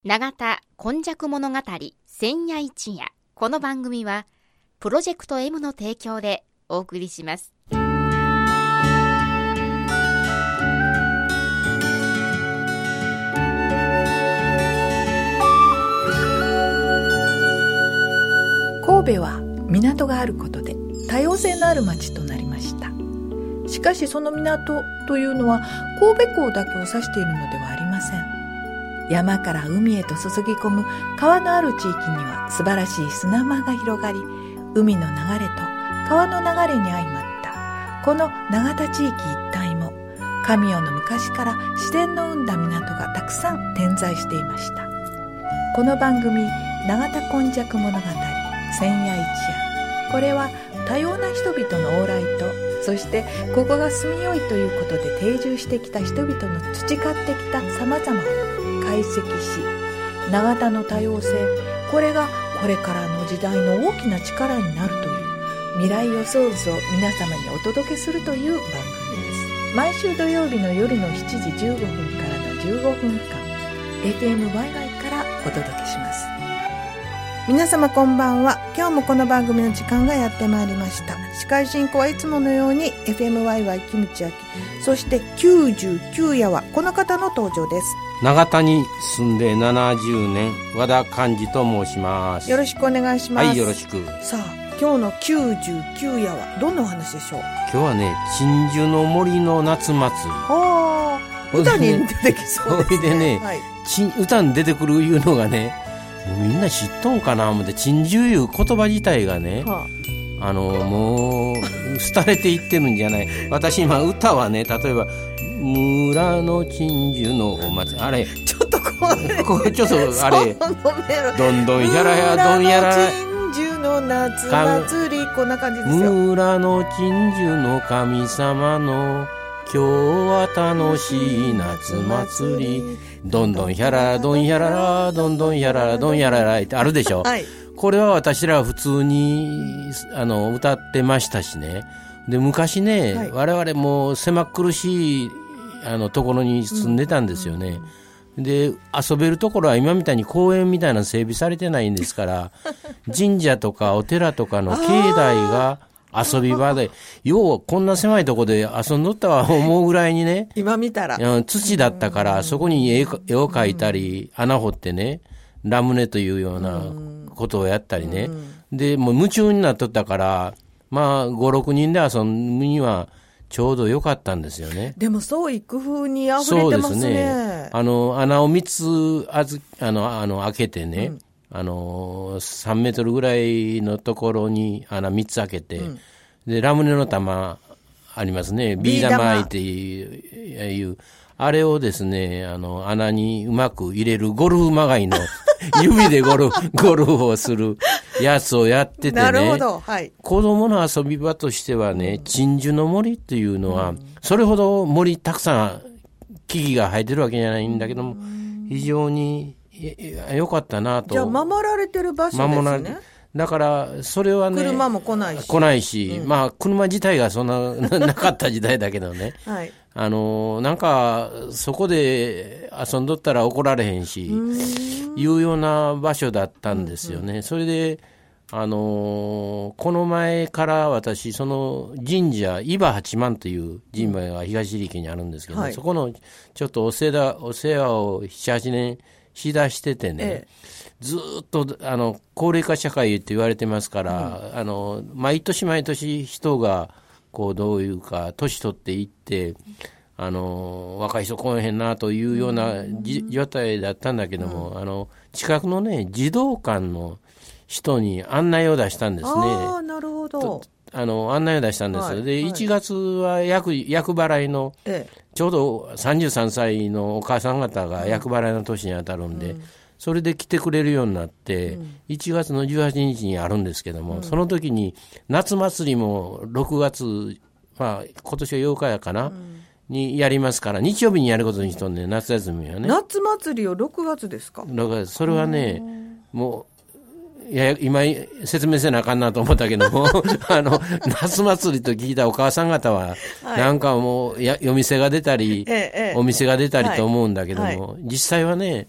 永田今昔物語千夜一夜。この番組はプロジェクト M の提供でお送りします。 神戸は港があることで多様性のある町となりました。しかしその港というのは神戸港だけを指しているのではありません。山から海へと注ぎ込む川のある地域には素晴らしい砂間が広がり、海の流れと川の流れに相まったこの永田地域一帯も神代の昔から自然の生んだ港がたくさん点在していました。この番組永田今昔物語千夜一夜、これは多様な人々の往来と、そしてここが住みよいということで定住してきた人々の培ってきた様々を解析し、永田の多様性、これがこれからの時代の大きな力になるという未来予想図を皆様にお届けするという番組です。毎週土曜日の夜の7時15分からの15分間 FMYY からお届けします。皆様こんばんは。今日もこの番組の時間がやってまいりました。司会進行はいつものように FMYY キムチ焼き、そして99夜はこの方の登場です。 永田に住んで70年和田寛治と申します。 よろしくお願いします。 はい、よろしく。 さあ今日の99夜はどんなお話でしょう。 今日はね、鎮守の森の夏祭り。 はあ、歌に出てきそうですね。 それでね、はい、歌に出てくるいうのがね、もうみんな知っとんかな思って、鎮守いう言葉自体がね、はあ、もう廃れていってるんじゃない。私今歌はね、例えば村の鎮守のお祭り、あれちょっと怖い、 ちょっとあれどんどんやらやどんやら鎮守の夏祭り、こんな感じですよ。 村の鎮守の神様の今日は楽しい夏祭り、どんどんやらどんやららどんどんやらどんやららってあるでしょ、はい、これは私らは普通に歌ってましたしね。で昔ね、はい、我々も狭苦しいところに住んでたんですよね、で遊べるところは今みたいに公園みたいな整備されてないんですから神社とかお寺とかの境内が遊び場で、ようこんな狭いとこで遊んどったわ思うぐらいにね、 今見たら土だったから、そこに絵を描いたり、穴掘ってね、ラムネというようなことをやったりね、でもう夢中になっとったから、まあ5、6人で遊ぶにはちょうど良かったんですよね。 でもそういう工夫に溢れてますね。そうですね。 穴を3つ開けてね、3メートルぐらいのところに穴3つ開けて、でラムネの玉ありますね、ビー玉っていう、あれをですね、穴にうまく入れるゴルフまがいの指でゴルフをするやつをやっててね。なるほど、はい。子供の遊び場としてはね、鎮守の森っていうのは、それほど森たくさん木々が生えてるわけじゃないんだけども、非常によかったなと。 じゃあ守られてる場所ですね。 だからそれはね、 車も来ないし、 まあ車自体がそんなかった時代だけどね、はい、なんかそこで遊んどったら怒られへんし、いうような場所だったんですよね。それでこの前から私その神社伊波八幡という神社が東入家にあるんですけど、はい、そこのちょっとお世話を 7,8 年しだしててね、ずっと高齢化社会って言われてますから、毎年毎年人がこうどういうか年取っていって、若い人来えへんなというような状態だったんだけども、近くのね児童館の人に案内を出したんですね。 ああ、なるほど。 案内を出したんです、はい、で、1月は厄払いの、ちょうど33歳のお母さん方が厄払いの年に当たるんで、それで来てくれるようになって、1月の18日にあるんですけども、その時に夏祭りも6月、まあ今年は8日やかな、にやりますから、日曜日にやることにしとんね、夏休みはね。 夏祭りを6月ですか。 6月、それはね、もう今説明せなあかんなと思ったけども夏祭りと聞いたお母さん方は、なんかもう夜店が出たり、お店が出たりと思うんだけども、実際はね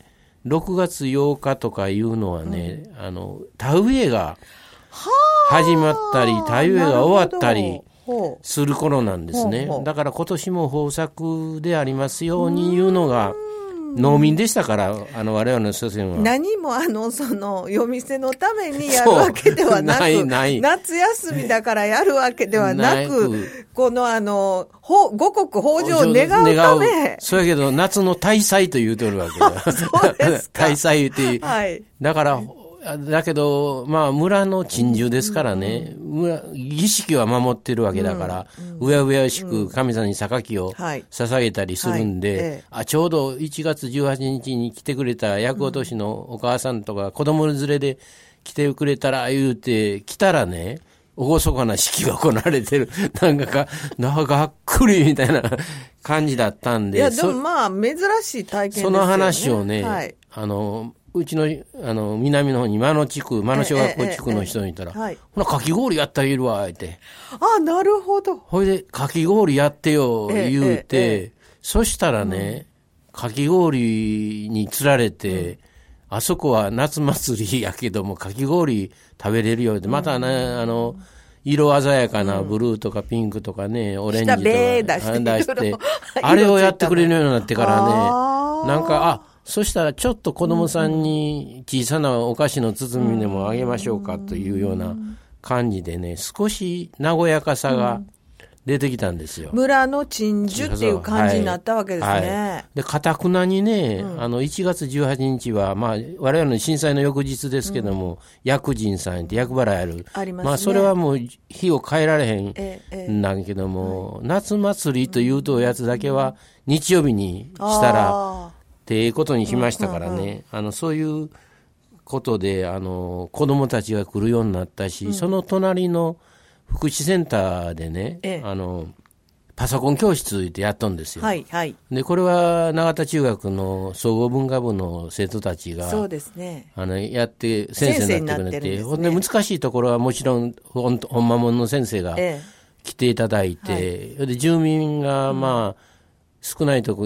6月8日とかいうのはね、田植えが始まったり田植えが終わったりする頃なんですね。だから今年も豊作でありますようにいうのが農民でしたから、我々の祖先は。 何も夜店のためにやるわけではなく、夏休みだからやるわけではなく、この五穀豊穣を願うため。 そうやけど、夏の大祭と言うとるわけだ。 そうですか。 大祭って、はい、だから、だけど、まあ、村の珍獣ですからね、儀式は守ってるわけだから、うやうやしく神様に榊を捧げたりするんで、ちょうど1月18日に来てくれた厄落としのお母さんとか子供連れで来てくれたら言うて、来たらね、厳かな式が行われてる。がっくりみたいな感じだったんで。 いや、でもまあ、珍しい体験ですよね。 その話をね、はい、うちの、南の方に真野小学校地区の人に言ったら、ほな、かき氷やったらいるわ、って。 なるほど。 ほいで、かき氷やってよ、言うて、そしたらね、かき氷に釣られて、あそこは夏祭りやけども、かき氷食べれるよ、って。またね、色鮮やかなブルーとかピンクとかね、オレンジとか出して、あれをやってくれるようになってからね、そしたらちょっと子供さんに小さなお菓子の包みでもあげましょうかというような感じでね、少し和やかさが出てきたんですよ。 村の鎮守っていう感じになったわけですね。はい、 で、堅くなにね、1月18日は、まあ、我々の震災の翌日ですけども、薬人さんって厄払いある。 ありますね。 まあ、それはもう日を変えられへんなんだけども、夏祭りというとやつだけは日曜日にしたら、っていうことにしましたからね、そういうことで子供たちが来るようになったし、その隣の福祉センターでね、パソコン教室ってやっとんですよ。 はいはい。 で、これは永田中学の総合文化部の生徒たちが、 そうですね。 やって先生になってくれて、ほんで難しいところはもちろんほんまもんの先生が来ていただいて、で住民がまあ、少ないとこで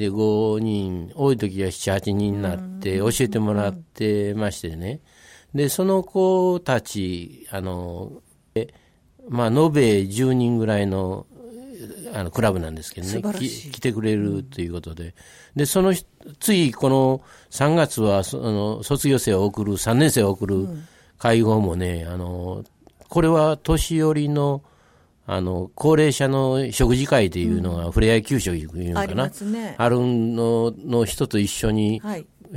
5人、多い時は7、8人になって教えてもらってましてね。で、その子たち、まあ、延べ10人ぐらいの、クラブなんですけどね。来てくれるということで。で、次、この3月は、卒業生を送る、3年生を送る会合もね、これは年寄りの、高齢者の食事会というのが、ふれあい給食いうのかな。ありますね。あるの人と一緒に、はい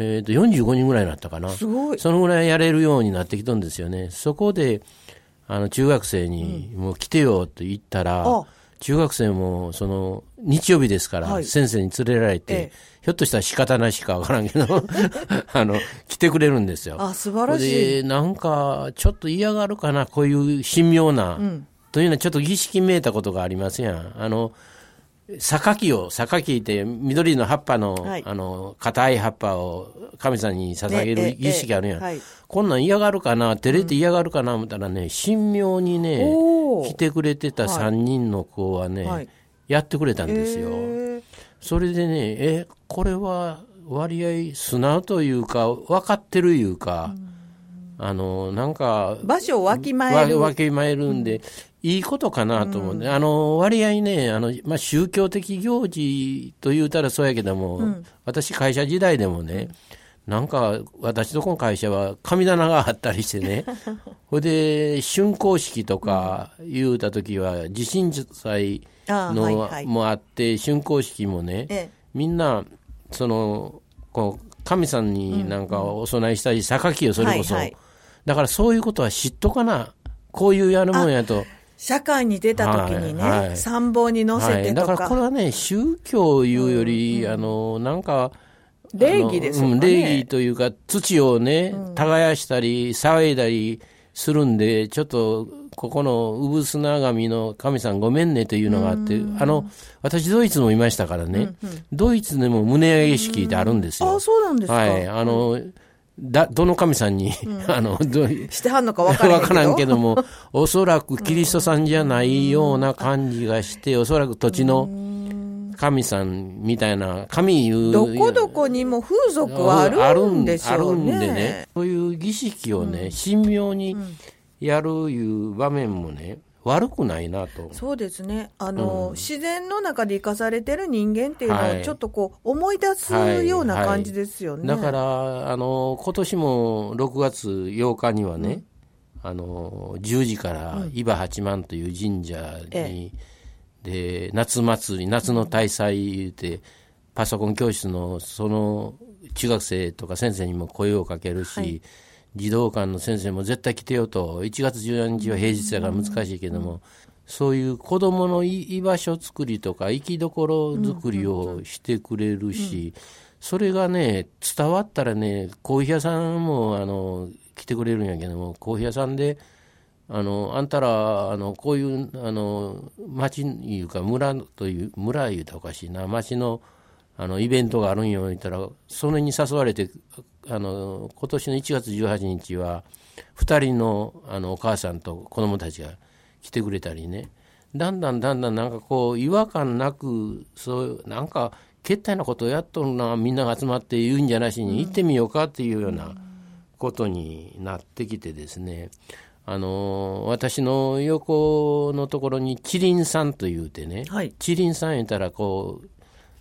、45人ぐらいになったかな。 すごい。 そのぐらいやれるようになってきたんですよね。そこで、中学生に、もう来てよと言ったら、中学生も、日曜日ですから、先生に連れられて、ひょっとしたら仕方なしかわからんけど、来てくれるんですよ。 素晴らしい。 で、なんか、ちょっと嫌がるかな、こういう神妙な、というのはちょっと儀式めいたことがありますやん。榊って緑の葉っぱの、硬い葉っぱを神さんに捧げる儀式があるやん。こんなん嫌がるかな、照れて嫌がるかな、思ったらね、神妙にね、来てくれてた3人の子はね、やってくれたんですよ。それでね、これは割合素直というか、分かってるいうか、なんか、 場所をわきまえるんで、いいことかなと思うんで、割合ね、まあ、宗教的行事と言うたらそうやけども、私会社時代でもね、なんか、私どこの会社は神棚があったりしてね、ほいで、竣工式とか言うたときは、地震災のもあって、竣工式もね、みんな、神さんになんかお供えしたり、榊をそれこそ、だからそういうことは知っとかな。こういうやるもんやと。 社会に出た時にね、参謀に乗せてとか。 だからこれはね、宗教いうより、なんか、 礼儀ですよね。 礼儀というか、土をね、耕したり、騒いだりするんで、ちょっと、ここのうぶすな神の神さんごめんねというのがあって、私ドイツもいましたからね、ドイツでも胸上げ式ってあるんですよ。 そうなんですか。 はい。どの神さんに、 してはんのか分からんけども、おそらくキリストさんじゃないような感じがして、おそらく土地の神さんみたいな、神いうどこどこにも風俗はあるんでしょうね。 あるんでね、そういう儀式をね、神妙にやるいう場面もね、悪くないなと。 そうですね。自然の中で生かされてる人間っていうのをちょっとこう思い出すような感じですよね。 だから今年も6月8日にはね、10時から伊庭八幡という神社に、で夏祭り、夏の大祭言うて、パソコン教室のその中学生とか先生にも声をかけるし、児童館の先生も絶対来てよと。1月14日は平日だから難しいけども、そういう子どもの居場所作りとか生きどころ作りをしてくれるし、それがね伝わったらね、コーヒー屋さんも来てくれるんやけども、コーヒー屋さんであんたらこういう町いうか村という、村いうたらおかしいな、町のイベントがあるんよ言ったら、それに誘われて今年の1月18日は2人のお母さんと子供たちが来てくれたりね、だんだんなんかこう違和感なく、そうなんかけったいなことをやっとるな、みんなが集まって言うんじゃなしに行ってみようかっていうようなことになってきてですね、私の横のところにチリンさんというてね、チリンさん言ったらこう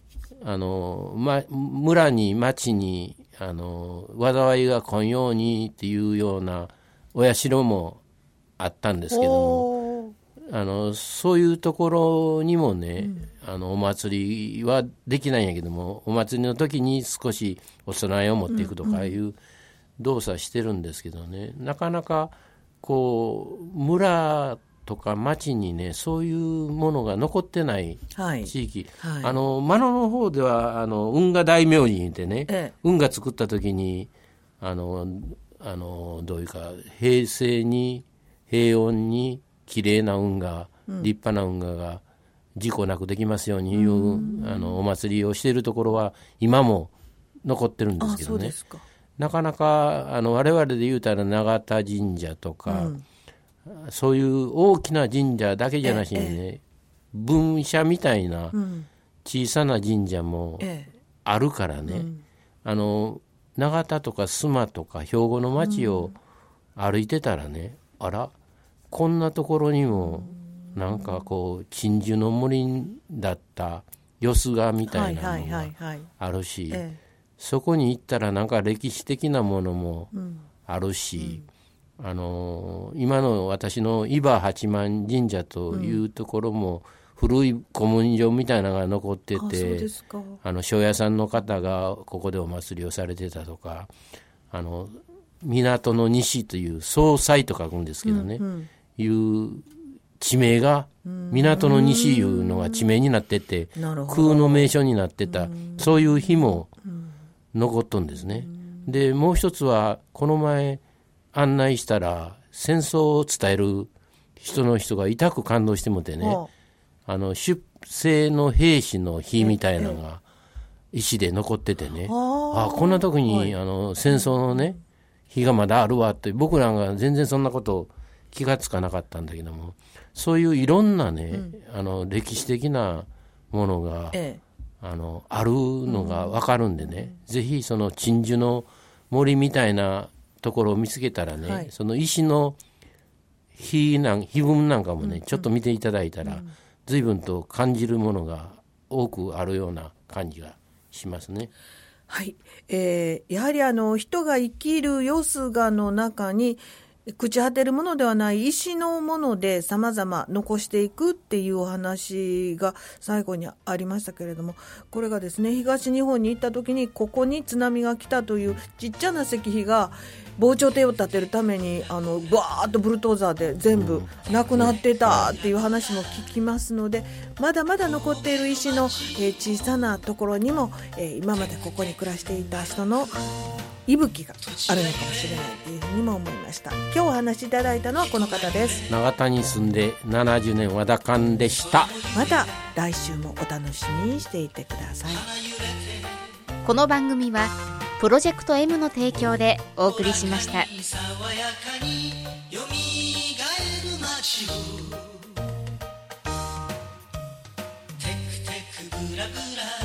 村に町に災いが来んようにっていうようなお社もあったんですけども、そういうところにもね、お祭りはできないんやけども、お祭りの時に少しお供えを持っていくとかいう動作してるんですけどね、なかなかこう村とか町にね、そういうものが残ってない地域、真野の方では運河大明神ってね、運河作った時にどういうか平成に平穏に綺麗な運河、立派な運河が事故なくできますようにいうお祭りをしているところは今も残ってるんですけどね。なかなか我々で言うたら永田神社とか、そういう大きな神社だけじゃなしにね、分社みたいな小さな神社もあるからね、永田とか須磨とか兵庫の町を歩いてたらね、あらこんなところにもなんかこう鎮守の森だったよすがみたいなのがあるし、そこに行ったらなんか歴史的なものもあるし、今の私の伊庭八幡神社というところも古い古文書みたいなのが残ってて、庄屋さんの方がここでお祭りをされてたとか、港の西という総裁と書くんですけどね、いう地名が港の西いうのが地名になってて、空の名所になってた、そういう日も残っとんですね。でもう一つはこの前案内したら戦争を伝える人が痛く感動してもてね、出征の兵士の日みたいなのが石で残っててね、こんな時に戦争のね日がまだあるわって、僕らが全然そんなこと気がつかなかったんだけども、そういういろんなね、歴史的なものが、あるのが分かるんでね、ぜひその鎮守の森みたいなところを見つけたらね、その石の碑文なんかもね、ちょっと見ていただいたら、随分と感じるものが多くあるような感じがしますね。 はい、やはり人が生きるよすがの中に朽ち果てるものではない石のもので様々残していくっていうお話が最後にありましたけれども、これがですね、東日本に行った時にここに津波が来たというちっちゃな石碑が防潮堤を建てるためにバーッとブルドーザーで全部なくなってたっていう話も聞きますので、まだまだ残っている石の、小さなところにも、今までここに暮らしていた人の息吹があるのかもしれないというふうにも思いました。今日お話しいただいたのはこの方です。 長田に住んで70年和田勘でした。 また来週もお楽しみにしていてください。 この番組はプロジェクト M の提供でお送りしました。 ラクラ